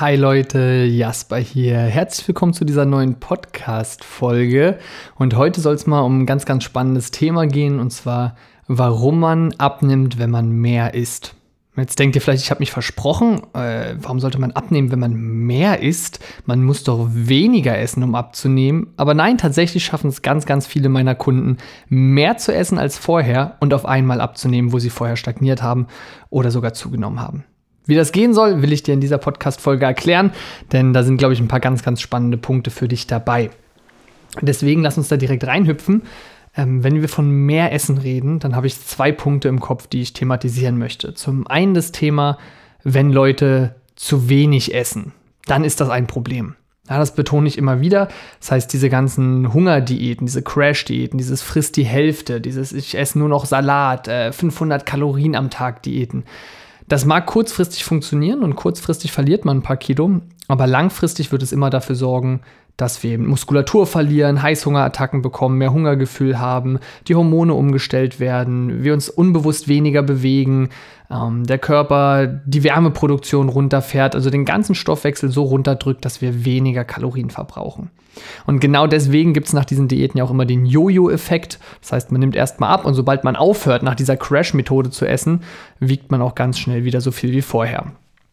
Hi Leute, Jasper hier. Herzlich willkommen zu dieser neuen Podcast-Folge. Und heute soll es mal um ein ganz, ganz spannendes Thema gehen, und zwar, warum man abnimmt, wenn man mehr isst. Jetzt denkt ihr vielleicht, ich habe mich versprochen. Warum sollte man abnehmen, wenn man mehr isst? Man muss doch weniger essen, um abzunehmen. Aber nein, tatsächlich schaffen es ganz, ganz viele meiner Kunden, mehr zu essen als vorher und auf einmal abzunehmen, wo sie vorher stagniert haben oder sogar zugenommen haben. Wie das gehen soll, will ich dir in dieser Podcast-Folge erklären, denn da sind, glaube ich, ein paar ganz, ganz spannende Punkte für dich dabei. Deswegen lass uns da direkt reinhüpfen. Wenn wir von mehr Essen reden, dann habe ich 2 Punkte im Kopf, die ich thematisieren möchte. Zum einen das Thema, wenn Leute zu wenig essen, dann ist das ein Problem. Ja, das betone ich immer wieder. Das heißt, diese ganzen Hungerdiäten, diese Crash-Diäten, dieses Friss die Hälfte, dieses ich esse nur noch Salat, 500 Kalorien am Tag Diäten. Das mag kurzfristig funktionieren und kurzfristig verliert man ein paar Kilo, aber langfristig wird es immer dafür sorgen, dass wir Muskulatur verlieren, Heißhungerattacken bekommen, mehr Hungergefühl haben, die Hormone umgestellt werden, wir uns unbewusst weniger bewegen, der Körper die Wärmeproduktion runterfährt, also den ganzen Stoffwechsel so runterdrückt, dass wir weniger Kalorien verbrauchen. Und genau deswegen gibt es nach diesen Diäten ja auch immer den Jojo-Effekt. Das heißt, man nimmt erstmal ab und sobald man aufhört, nach dieser Crash-Methode zu essen, wiegt man auch ganz schnell wieder so viel wie vorher.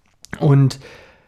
Und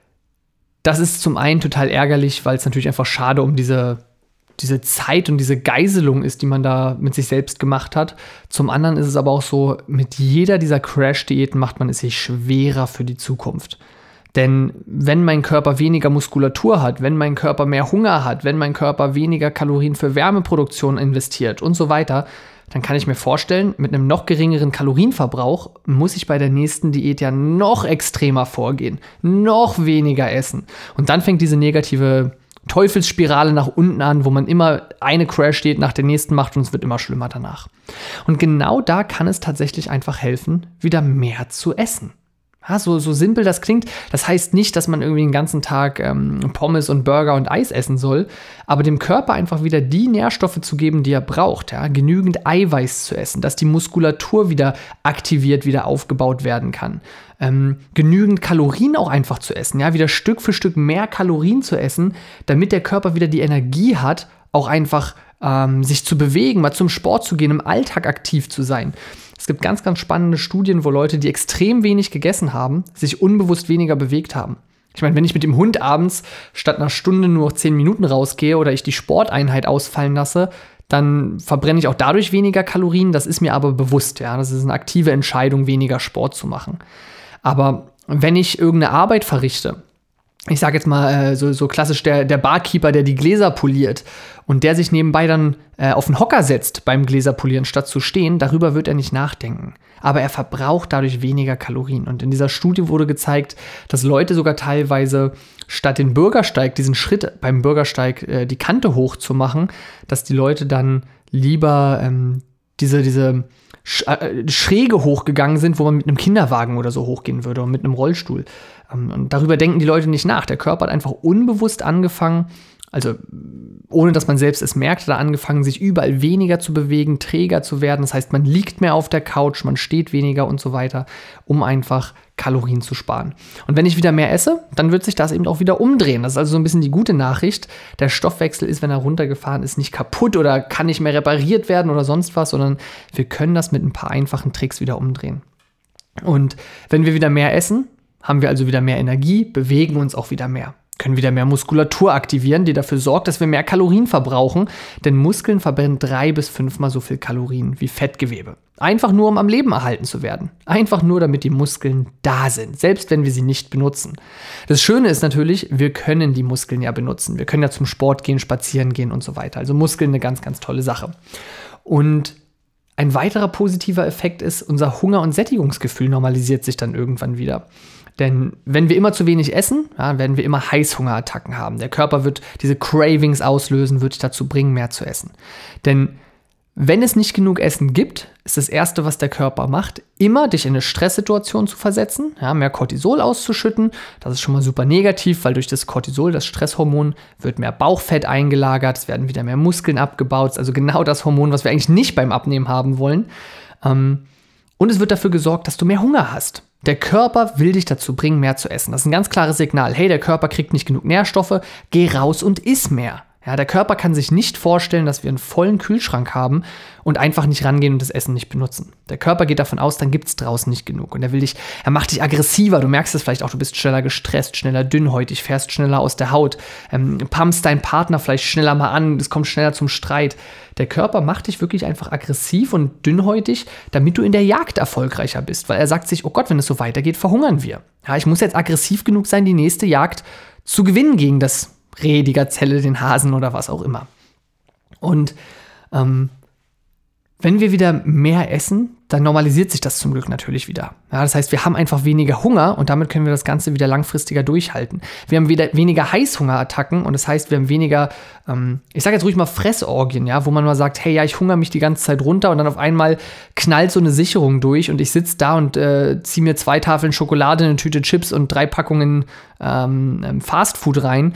das ist zum einen total ärgerlich, weil es natürlich einfach schade um diese Zeit und diese Geiselung ist, die man da mit sich selbst gemacht hat. Zum anderen ist es aber auch so, mit jeder dieser Crash-Diäten macht man es sich schwerer für die Zukunft. Denn wenn mein Körper weniger Muskulatur hat, wenn mein Körper mehr Hunger hat, wenn mein Körper weniger Kalorien für Wärmeproduktion investiert und so weiter, dann kann ich mir vorstellen, mit einem noch geringeren Kalorienverbrauch muss ich bei der nächsten Diät ja noch extremer vorgehen, noch weniger essen. Und dann fängt diese negative Teufelsspirale nach unten an, wo man immer eine Crash-Diät nach der nächsten macht und es wird immer schlimmer danach. Und genau da kann es tatsächlich einfach helfen, wieder mehr zu essen. Ja, so simpel das klingt, das heißt nicht, dass man irgendwie den ganzen Tag Pommes und Burger und Eis essen soll, aber dem Körper einfach wieder die Nährstoffe zu geben, die er braucht, ja, genügend Eiweiß zu essen, dass die Muskulatur wieder aktiviert, wieder aufgebaut werden kann, genügend Kalorien auch einfach zu essen, ja, wieder Stück für Stück mehr Kalorien zu essen, damit der Körper wieder die Energie hat, auch einfach sich zu bewegen, mal zum Sport zu gehen, im Alltag aktiv zu sein. Es gibt ganz, ganz spannende Studien, wo Leute, die extrem wenig gegessen haben, sich unbewusst weniger bewegt haben. Ich meine, wenn ich mit dem Hund abends statt einer Stunde nur noch 10 Minuten rausgehe oder ich die Sporteinheit ausfallen lasse, dann verbrenne ich auch dadurch weniger Kalorien. Das ist mir aber bewusst. Ja? Das ist eine aktive Entscheidung, weniger Sport zu machen. Aber wenn ich irgendeine Arbeit verrichte, ich sage jetzt mal so klassisch der Barkeeper, der die Gläser poliert und der sich nebenbei dann auf den Hocker setzt beim Gläserpolieren, statt zu stehen, darüber wird er nicht nachdenken. Aber er verbraucht dadurch weniger Kalorien. Und in dieser Studie wurde gezeigt, dass Leute sogar teilweise statt den Bürgersteig, diesen Schritt beim Bürgersteig die Kante hoch zu machen, dass die Leute dann lieber diese Schräge hochgegangen sind, wo man mit einem Kinderwagen oder so hochgehen würde oder mit einem Rollstuhl. Und darüber denken die Leute nicht nach. Der Körper hat einfach unbewusst angefangen, also ohne dass man selbst es merkt, hat er angefangen, sich überall weniger zu bewegen, träger zu werden. Das heißt, man liegt mehr auf der Couch, man steht weniger und so weiter, um einfach Kalorien zu sparen. Und wenn ich wieder mehr esse, dann wird sich das eben auch wieder umdrehen. Das ist also so ein bisschen die gute Nachricht. Der Stoffwechsel ist, wenn er runtergefahren ist, nicht kaputt oder kann nicht mehr repariert werden oder sonst was, sondern wir können das mit ein paar einfachen Tricks wieder umdrehen. Und wenn wir wieder mehr essen, haben wir also wieder mehr Energie, bewegen uns auch wieder mehr. Können wieder mehr Muskulatur aktivieren, die dafür sorgt, dass wir mehr Kalorien verbrauchen, denn Muskeln verbrennen 3 bis 5 Mal so viel Kalorien wie Fettgewebe. Einfach nur, um am Leben erhalten zu werden. Einfach nur, damit die Muskeln da sind, selbst wenn wir sie nicht benutzen. Das Schöne ist natürlich, wir können die Muskeln ja benutzen. Wir können ja zum Sport gehen, spazieren gehen und so weiter. Also Muskeln eine ganz, ganz tolle Sache. Und ein weiterer positiver Effekt ist, unser Hunger- und Sättigungsgefühl normalisiert sich dann irgendwann wieder. Denn wenn wir immer zu wenig essen, ja, werden wir immer Heißhungerattacken haben. Der Körper wird diese Cravings auslösen, wird dich dazu bringen, mehr zu essen. Denn wenn es nicht genug Essen gibt, ist das Erste, was der Körper macht, immer dich in eine Stresssituation zu versetzen, ja, mehr Cortisol auszuschütten. Das ist schon mal super negativ, weil durch das Cortisol, das Stresshormon, wird mehr Bauchfett eingelagert, es werden wieder mehr Muskeln abgebaut. Also genau das Hormon, was wir eigentlich nicht beim Abnehmen haben wollen. Und es wird dafür gesorgt, dass du mehr Hunger hast. Der Körper will dich dazu bringen, mehr zu essen. Das ist ein ganz klares Signal. Hey, der Körper kriegt nicht genug Nährstoffe, geh raus und iss mehr. Ja, der Körper kann sich nicht vorstellen, dass wir einen vollen Kühlschrank haben und einfach nicht rangehen und das Essen nicht benutzen. Der Körper geht davon aus, dann gibt es draußen nicht genug. Und er macht dich aggressiver. Du merkst es vielleicht auch, du bist schneller gestresst, schneller dünnhäutig, fährst schneller aus der Haut, pumpst deinen Partner vielleicht schneller mal an, es kommt schneller zum Streit. Der Körper macht dich wirklich einfach aggressiv und dünnhäutig, damit du in der Jagd erfolgreicher bist. Weil er sagt sich, oh Gott, wenn es so weitergeht, verhungern wir. Ja, ich muss jetzt aggressiv genug sein, die nächste Jagd zu gewinnen gegen das Reh, die Gazelle, den Hasen oder was auch immer. Und wenn wir wieder mehr essen, dann normalisiert sich das zum Glück natürlich wieder. Ja, das heißt, wir haben einfach weniger Hunger und damit können wir das Ganze wieder langfristiger durchhalten. Wir haben wieder weniger Heißhungerattacken und das heißt, wir haben weniger, ich sage jetzt ruhig mal Fressorgien, ja, wo man mal sagt, hey, ja, ich hungere mich die ganze Zeit runter und dann auf einmal knallt so eine Sicherung durch und ich sitze da und ziehe mir 2 Tafeln Schokolade, eine Tüte Chips und 3 Packungen Fastfood rein.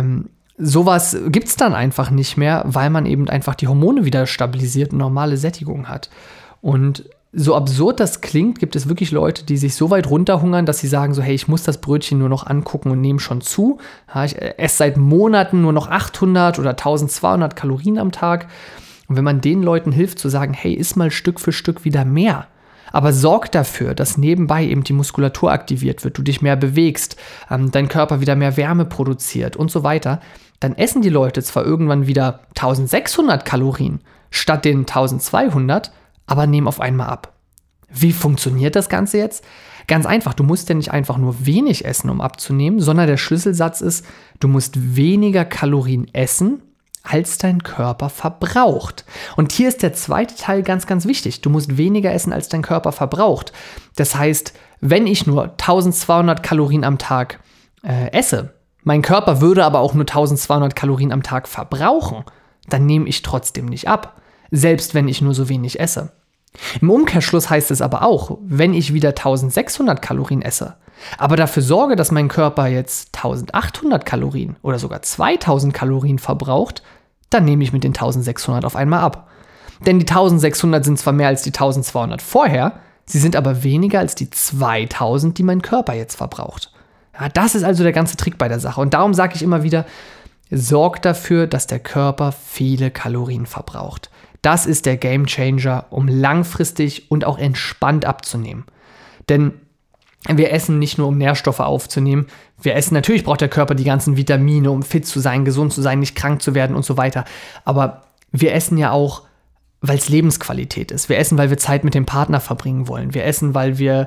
Sowas gibt es dann einfach nicht mehr, weil man eben einfach die Hormone wieder stabilisiert und normale Sättigung hat. Und so absurd das klingt, gibt es wirklich Leute, die sich so weit runterhungern, dass sie sagen so, hey, ich muss das Brötchen nur noch angucken und nehme schon zu. Ja, ich esse seit Monaten nur noch 800 oder 1200 Kalorien am Tag. Und wenn man den Leuten hilft zu sagen, hey, iss mal Stück für Stück wieder mehr, aber sorg dafür, dass nebenbei eben die Muskulatur aktiviert wird, du dich mehr bewegst, dein Körper wieder mehr Wärme produziert und so weiter, dann essen die Leute zwar irgendwann wieder 1600 Kalorien statt den 1200, aber nehmen auf einmal ab. Wie funktioniert das Ganze jetzt? Ganz einfach, du musst ja nicht einfach nur wenig essen, um abzunehmen, sondern der Schlüsselsatz ist, du musst weniger Kalorien essen, als dein Körper verbraucht. Und hier ist der zweite Teil ganz, ganz wichtig. Du musst weniger essen, als dein Körper verbraucht. Das heißt, wenn ich nur 1200 Kalorien am Tag esse, mein Körper würde aber auch nur 1200 Kalorien am Tag verbrauchen, dann nehme ich trotzdem nicht ab, selbst wenn ich nur so wenig esse. Im Umkehrschluss heißt es aber auch, wenn ich wieder 1600 Kalorien esse, aber dafür sorge, dass mein Körper jetzt 1800 Kalorien oder sogar 2000 Kalorien verbraucht, dann nehme ich mit den 1600 auf einmal ab. Denn die 1600 sind zwar mehr als die 1200 vorher, sie sind aber weniger als die 2000, die mein Körper jetzt verbraucht. Ja, das ist also der ganze Trick bei der Sache. Und darum sage ich immer wieder, sorg dafür, dass der Körper viele Kalorien verbraucht. Das ist der Gamechanger, um langfristig und auch entspannt abzunehmen. Denn wir essen nicht nur, um Nährstoffe aufzunehmen. Wir essen, natürlich braucht der Körper die ganzen Vitamine, um fit zu sein, gesund zu sein, nicht krank zu werden und so weiter. Aber wir essen ja auch, weil es Lebensqualität ist. Wir essen, weil wir Zeit mit dem Partner verbringen wollen. Wir essen, weil wir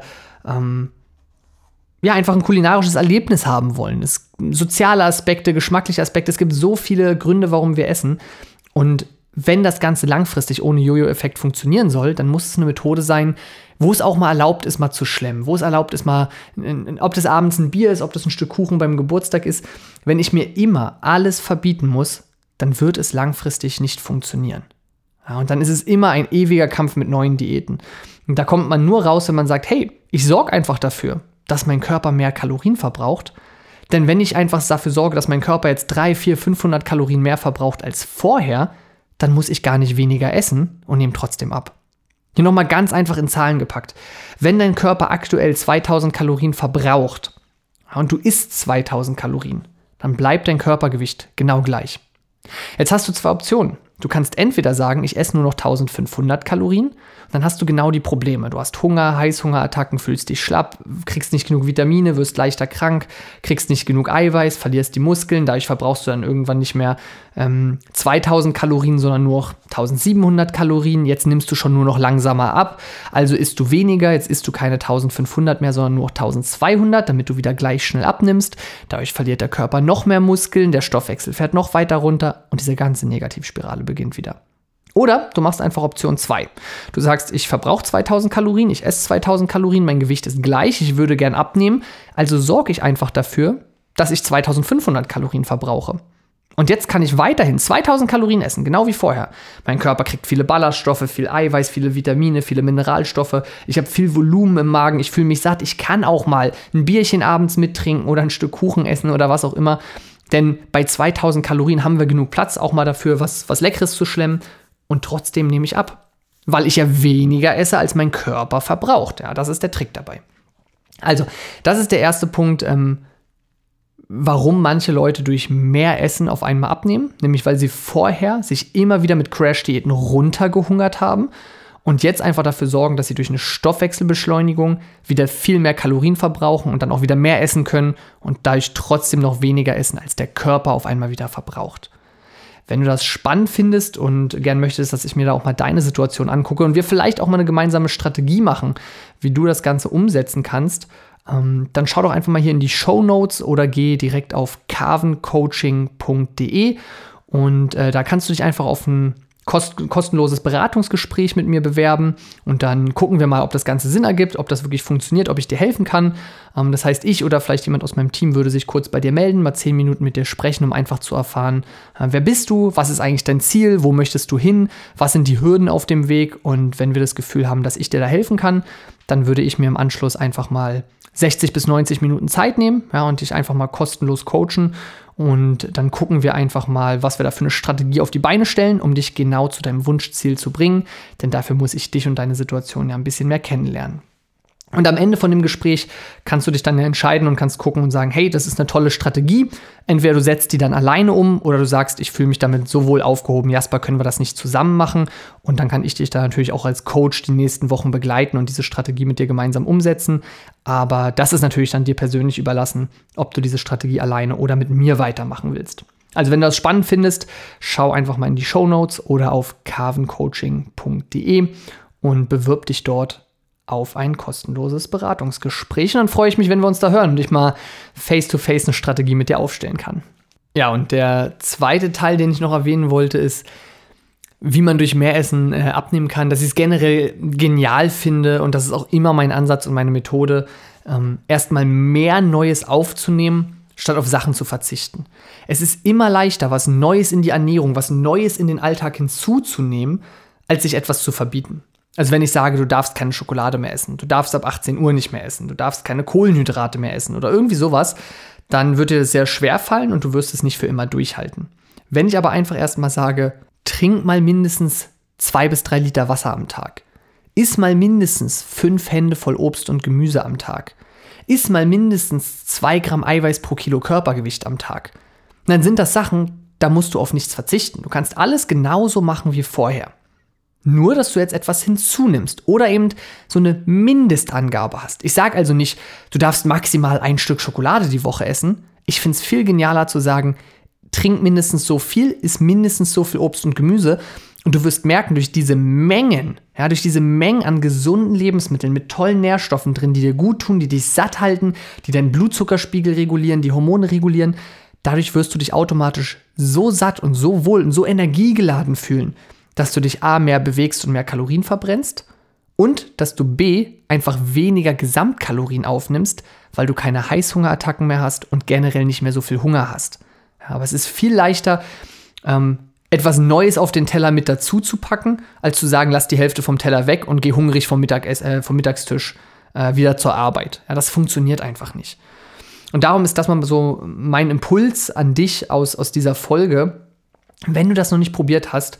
einfach ein kulinarisches Erlebnis haben wollen. Es soziale Aspekte, geschmackliche Aspekte. Es gibt so viele Gründe, warum wir essen. Und wenn das Ganze langfristig ohne Jojo-Effekt funktionieren soll, dann muss es eine Methode sein, wo es auch mal erlaubt ist, mal zu schlemmen. Wo es erlaubt ist, mal, ob das abends ein Bier ist, ob das ein Stück Kuchen beim Geburtstag ist. Wenn ich mir immer alles verbieten muss, dann wird es langfristig nicht funktionieren. Ja, und dann ist es immer ein ewiger Kampf mit neuen Diäten. Und da kommt man nur raus, wenn man sagt, hey, ich sorge einfach dafür, dass mein Körper mehr Kalorien verbraucht. Denn wenn ich einfach dafür sorge, dass mein Körper jetzt 300, 400, 500 Kalorien mehr verbraucht als vorher, dann muss ich gar nicht weniger essen und nehme trotzdem ab. Hier nochmal ganz einfach in Zahlen gepackt. Wenn dein Körper aktuell 2000 Kalorien verbraucht und du isst 2000 Kalorien, dann bleibt dein Körpergewicht genau gleich. Jetzt hast du 2 Optionen. Du kannst entweder sagen, ich esse nur noch 1500 Kalorien, dann hast du genau die Probleme. Du hast Hunger, Heißhungerattacken, fühlst dich schlapp, kriegst nicht genug Vitamine, wirst leichter krank, kriegst nicht genug Eiweiß, verlierst die Muskeln, dadurch verbrauchst du dann irgendwann nicht mehr 2000 Kalorien, sondern nur noch 1700 Kalorien. Jetzt nimmst du schon nur noch langsamer ab, also isst du weniger, jetzt isst du keine 1500 mehr, sondern nur noch 1200, damit du wieder gleich schnell abnimmst. Dadurch verliert der Körper noch mehr Muskeln, der Stoffwechsel fährt noch weiter runter und diese ganze Negativspirale beginnt wieder. Oder du machst einfach Option 2. Du sagst, ich verbrauche 2000 Kalorien, ich esse 2000 Kalorien, mein Gewicht ist gleich, ich würde gern abnehmen, also sorge ich einfach dafür, dass ich 2500 Kalorien verbrauche. Und jetzt kann ich weiterhin 2000 Kalorien essen, genau wie vorher. Mein Körper kriegt viele Ballaststoffe, viel Eiweiß, viele Vitamine, viele Mineralstoffe. Ich habe viel Volumen im Magen, ich fühle mich satt. Ich kann auch mal ein Bierchen abends mittrinken oder ein Stück Kuchen essen oder was auch immer. Denn bei 2000 Kalorien haben wir genug Platz, auch mal dafür was Leckeres zu schlemmen. Und trotzdem nehme ich ab, weil ich ja weniger esse, als mein Körper verbraucht. Ja, das ist der Trick dabei. Also, das ist der erste Punkt, warum manche Leute durch mehr Essen auf einmal abnehmen. Nämlich, weil sie vorher sich immer wieder mit Crash-Diäten runtergehungert haben und jetzt einfach dafür sorgen, dass sie durch eine Stoffwechselbeschleunigung wieder viel mehr Kalorien verbrauchen und dann auch wieder mehr essen können und dadurch trotzdem noch weniger essen, als der Körper auf einmal wieder verbraucht. Wenn du das spannend findest und gern möchtest, dass ich mir da auch mal deine Situation angucke und wir vielleicht auch mal eine gemeinsame Strategie machen, wie du das Ganze umsetzen kannst, dann schau doch einfach mal hier in die Shownotes oder geh direkt auf carvencoaching.de und da kannst du dich einfach auf ein kostenloses Beratungsgespräch mit mir bewerben und dann gucken wir mal, ob das Ganze Sinn ergibt, ob das wirklich funktioniert, ob ich dir helfen kann. Das heißt, ich oder vielleicht jemand aus meinem Team würde sich kurz bei dir melden, mal 10 Minuten mit dir sprechen, um einfach zu erfahren, wer bist du, was ist eigentlich dein Ziel, wo möchtest du hin, was sind die Hürden auf dem Weg, und wenn wir das Gefühl haben, dass ich dir da helfen kann, dann würde ich mir im Anschluss einfach mal 60 bis 90 Minuten Zeit nehmen, und dich einfach mal kostenlos coachen. Und dann gucken wir einfach mal, was wir da für eine Strategie auf die Beine stellen, um dich genau zu deinem Wunschziel zu bringen. Denn dafür muss ich dich und deine Situation ja ein bisschen mehr kennenlernen. Und am Ende von dem Gespräch kannst du dich dann entscheiden und kannst gucken und sagen, hey, das ist eine tolle Strategie. Entweder du setzt die dann alleine um oder du sagst, ich fühle mich damit so wohl aufgehoben, Jasper, können wir das nicht zusammen machen? Und dann kann ich dich da natürlich auch als Coach die nächsten Wochen begleiten und diese Strategie mit dir gemeinsam umsetzen. Aber das ist natürlich dann dir persönlich überlassen, ob du diese Strategie alleine oder mit mir weitermachen willst. Also wenn du das spannend findest, schau einfach mal in die Shownotes oder auf carvencoaching.de und bewirb dich dort auf ein kostenloses Beratungsgespräch. Und dann freue ich mich, wenn wir uns da hören und ich mal face-to-face eine Strategie mit dir aufstellen kann. Ja, und der zweite Teil, den ich noch erwähnen wollte, ist, wie man durch Mehressen abnehmen kann. Dass ich es generell genial finde, und das ist auch immer mein Ansatz und meine Methode, erstmal mehr Neues aufzunehmen, statt auf Sachen zu verzichten. Es ist immer leichter, was Neues in die Ernährung, was Neues in den Alltag hinzuzunehmen, als sich etwas zu verbieten. Also wenn ich sage, du darfst keine Schokolade mehr essen, du darfst ab 18 Uhr nicht mehr essen, du darfst keine Kohlenhydrate mehr essen oder irgendwie sowas, dann wird dir das sehr schwer fallen und du wirst es nicht für immer durchhalten. Wenn ich aber einfach erstmal sage, trink mal mindestens 2 bis 3 Liter Wasser am Tag, iss mal mindestens 5 Hände voll Obst und Gemüse am Tag, iss mal mindestens 2 Gramm Eiweiß pro Kilo Körpergewicht am Tag, dann sind das Sachen, da musst du auf nichts verzichten. Du kannst alles genauso machen wie vorher. Nur, dass du jetzt etwas hinzunimmst oder eben so eine Mindestangabe hast. Ich sage also nicht, du darfst maximal 1 Stück Schokolade die Woche essen. Ich finde es viel genialer zu sagen, trink mindestens so viel, iss mindestens so viel Obst und Gemüse. Und du wirst merken, durch diese Mengen an gesunden Lebensmitteln mit tollen Nährstoffen drin, die dir gut tun, die dich satt halten, die deinen Blutzuckerspiegel regulieren, die Hormone regulieren, dadurch wirst du dich automatisch so satt und so wohl und so energiegeladen fühlen, dass du dich A, mehr bewegst und mehr Kalorien verbrennst und dass du B, einfach weniger Gesamtkalorien aufnimmst, weil du keine Heißhungerattacken mehr hast und generell nicht mehr so viel Hunger hast. Ja, aber es ist viel leichter, etwas Neues auf den Teller mit dazu zu packen, als zu sagen, lass die Hälfte vom Teller weg und geh hungrig vom Mittagstisch wieder zur Arbeit. Ja, das funktioniert einfach nicht. Und darum ist das mal so mein Impuls an dich aus dieser Folge. Wenn du das noch nicht probiert hast,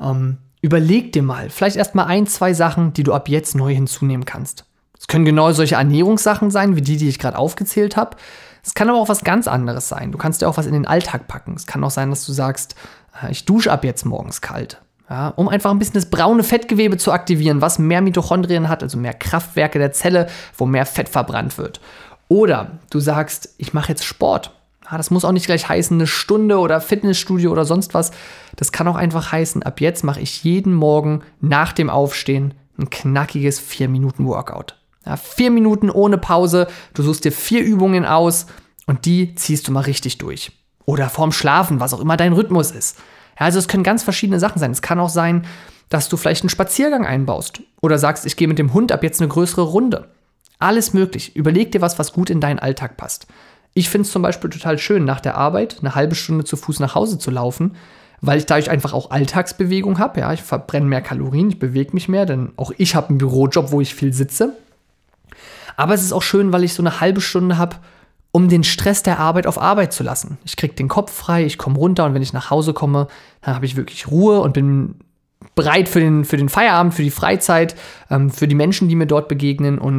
überleg dir mal, vielleicht erst mal 1, 2 Sachen, die du ab jetzt neu hinzunehmen kannst. Es können genau solche Ernährungssachen sein, wie die ich gerade aufgezählt habe. Es kann aber auch was ganz anderes sein. Du kannst dir auch was in den Alltag packen. Es kann auch sein, dass du sagst, ich dusche ab jetzt morgens kalt. Ja, um einfach ein bisschen das braune Fettgewebe zu aktivieren, was mehr Mitochondrien hat, also mehr Kraftwerke der Zelle, wo mehr Fett verbrannt wird. Oder du sagst, ich mache jetzt Sport. Das muss auch nicht gleich heißen, 1 Stunde oder Fitnessstudio oder sonst was. Das kann auch einfach heißen, ab jetzt mache ich jeden Morgen nach dem Aufstehen ein knackiges 4-Minuten-Workout. Ja, 4 Minuten ohne Pause, du suchst dir 4 Übungen aus und die ziehst du mal richtig durch. Oder vorm Schlafen, was auch immer dein Rhythmus ist. Ja, also es können ganz verschiedene Sachen sein. Es kann auch sein, dass du vielleicht einen Spaziergang einbaust oder sagst, ich gehe mit dem Hund ab jetzt eine größere Runde. Alles möglich. Überleg dir was gut in deinen Alltag passt. Ich finde es zum Beispiel total schön, nach der Arbeit eine halbe Stunde zu Fuß nach Hause zu laufen, weil ich dadurch einfach auch Alltagsbewegung habe. Ja, ich verbrenne mehr Kalorien, ich bewege mich mehr, denn auch ich habe einen Bürojob, wo ich viel sitze. Aber es ist auch schön, weil ich so eine halbe Stunde habe, um den Stress der Arbeit auf Arbeit zu lassen. Ich kriege den Kopf frei, ich komme runter und wenn ich nach Hause komme, dann habe ich wirklich Ruhe und bin bereit für den Feierabend, für die Freizeit, für die Menschen, die mir dort begegnen und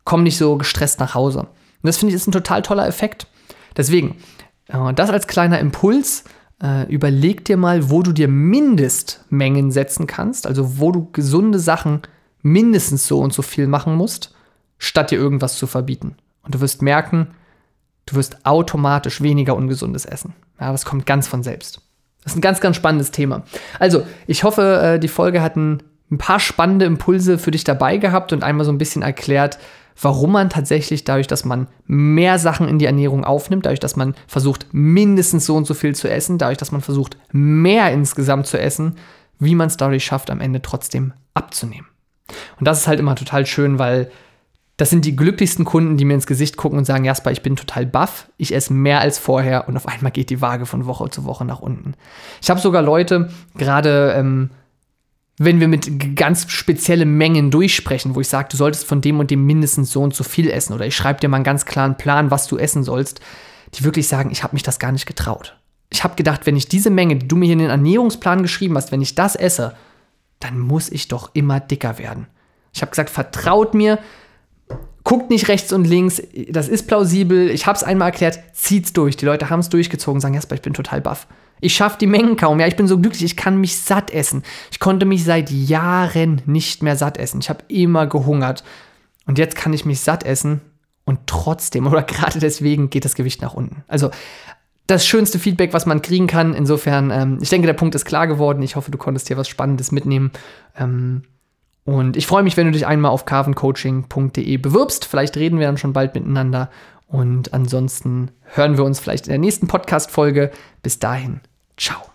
komm nicht so gestresst nach Hause. Und das finde ich ist ein total toller Effekt. Deswegen, das als kleiner Impuls, überleg dir mal, wo du dir Mindestmengen setzen kannst, also wo du gesunde Sachen mindestens so und so viel machen musst, statt dir irgendwas zu verbieten. Und du wirst merken, du wirst automatisch weniger ungesundes essen. Ja, das kommt ganz von selbst. Das ist ein ganz, ganz spannendes Thema. Also, ich hoffe, die Folge hat ein paar spannende Impulse für dich dabei gehabt und einmal so ein bisschen erklärt, warum man tatsächlich dadurch, dass man mehr Sachen in die Ernährung aufnimmt, dadurch, dass man versucht, mindestens so und so viel zu essen, dadurch, dass man versucht, mehr insgesamt zu essen, wie man es dadurch schafft, am Ende trotzdem abzunehmen. Und das ist halt immer total schön, weil das sind die glücklichsten Kunden, die mir ins Gesicht gucken und sagen, Jasper, ich bin total baff, ich esse mehr als vorher und auf einmal geht die Waage von Woche zu Woche nach unten. Ich habe sogar Leute, gerade wenn wir mit ganz speziellen Mengen durchsprechen, wo ich sage, du solltest von dem und dem mindestens so und so viel essen oder ich schreibe dir mal einen ganz klaren Plan, was du essen sollst, die wirklich sagen, ich habe mich das gar nicht getraut. Ich habe gedacht, wenn ich diese Menge, die du mir hier in den Ernährungsplan geschrieben hast, wenn ich das esse, dann muss ich doch immer dicker werden. Ich habe gesagt, vertraut mir, guckt nicht rechts und links, das ist plausibel, ich habe es einmal erklärt, zieht's durch. Die Leute haben es durchgezogen, sagen, Jasper, ich bin total baff. Ich schaffe die Mengen kaum. Ja, ich bin so glücklich, ich kann mich satt essen. Ich konnte mich seit Jahren nicht mehr satt essen. Ich habe immer gehungert. Und jetzt kann ich mich satt essen und trotzdem oder gerade deswegen geht das Gewicht nach unten. Also das schönste Feedback, was man kriegen kann. Insofern, ich denke, der Punkt ist klar geworden. Ich hoffe, du konntest hier was Spannendes mitnehmen. Und ich freue mich, wenn du dich einmal auf carvencoaching.de bewirbst. Vielleicht reden wir dann schon bald miteinander. Und ansonsten hören wir uns vielleicht in der nächsten Podcast-Folge. Bis dahin. Ciao.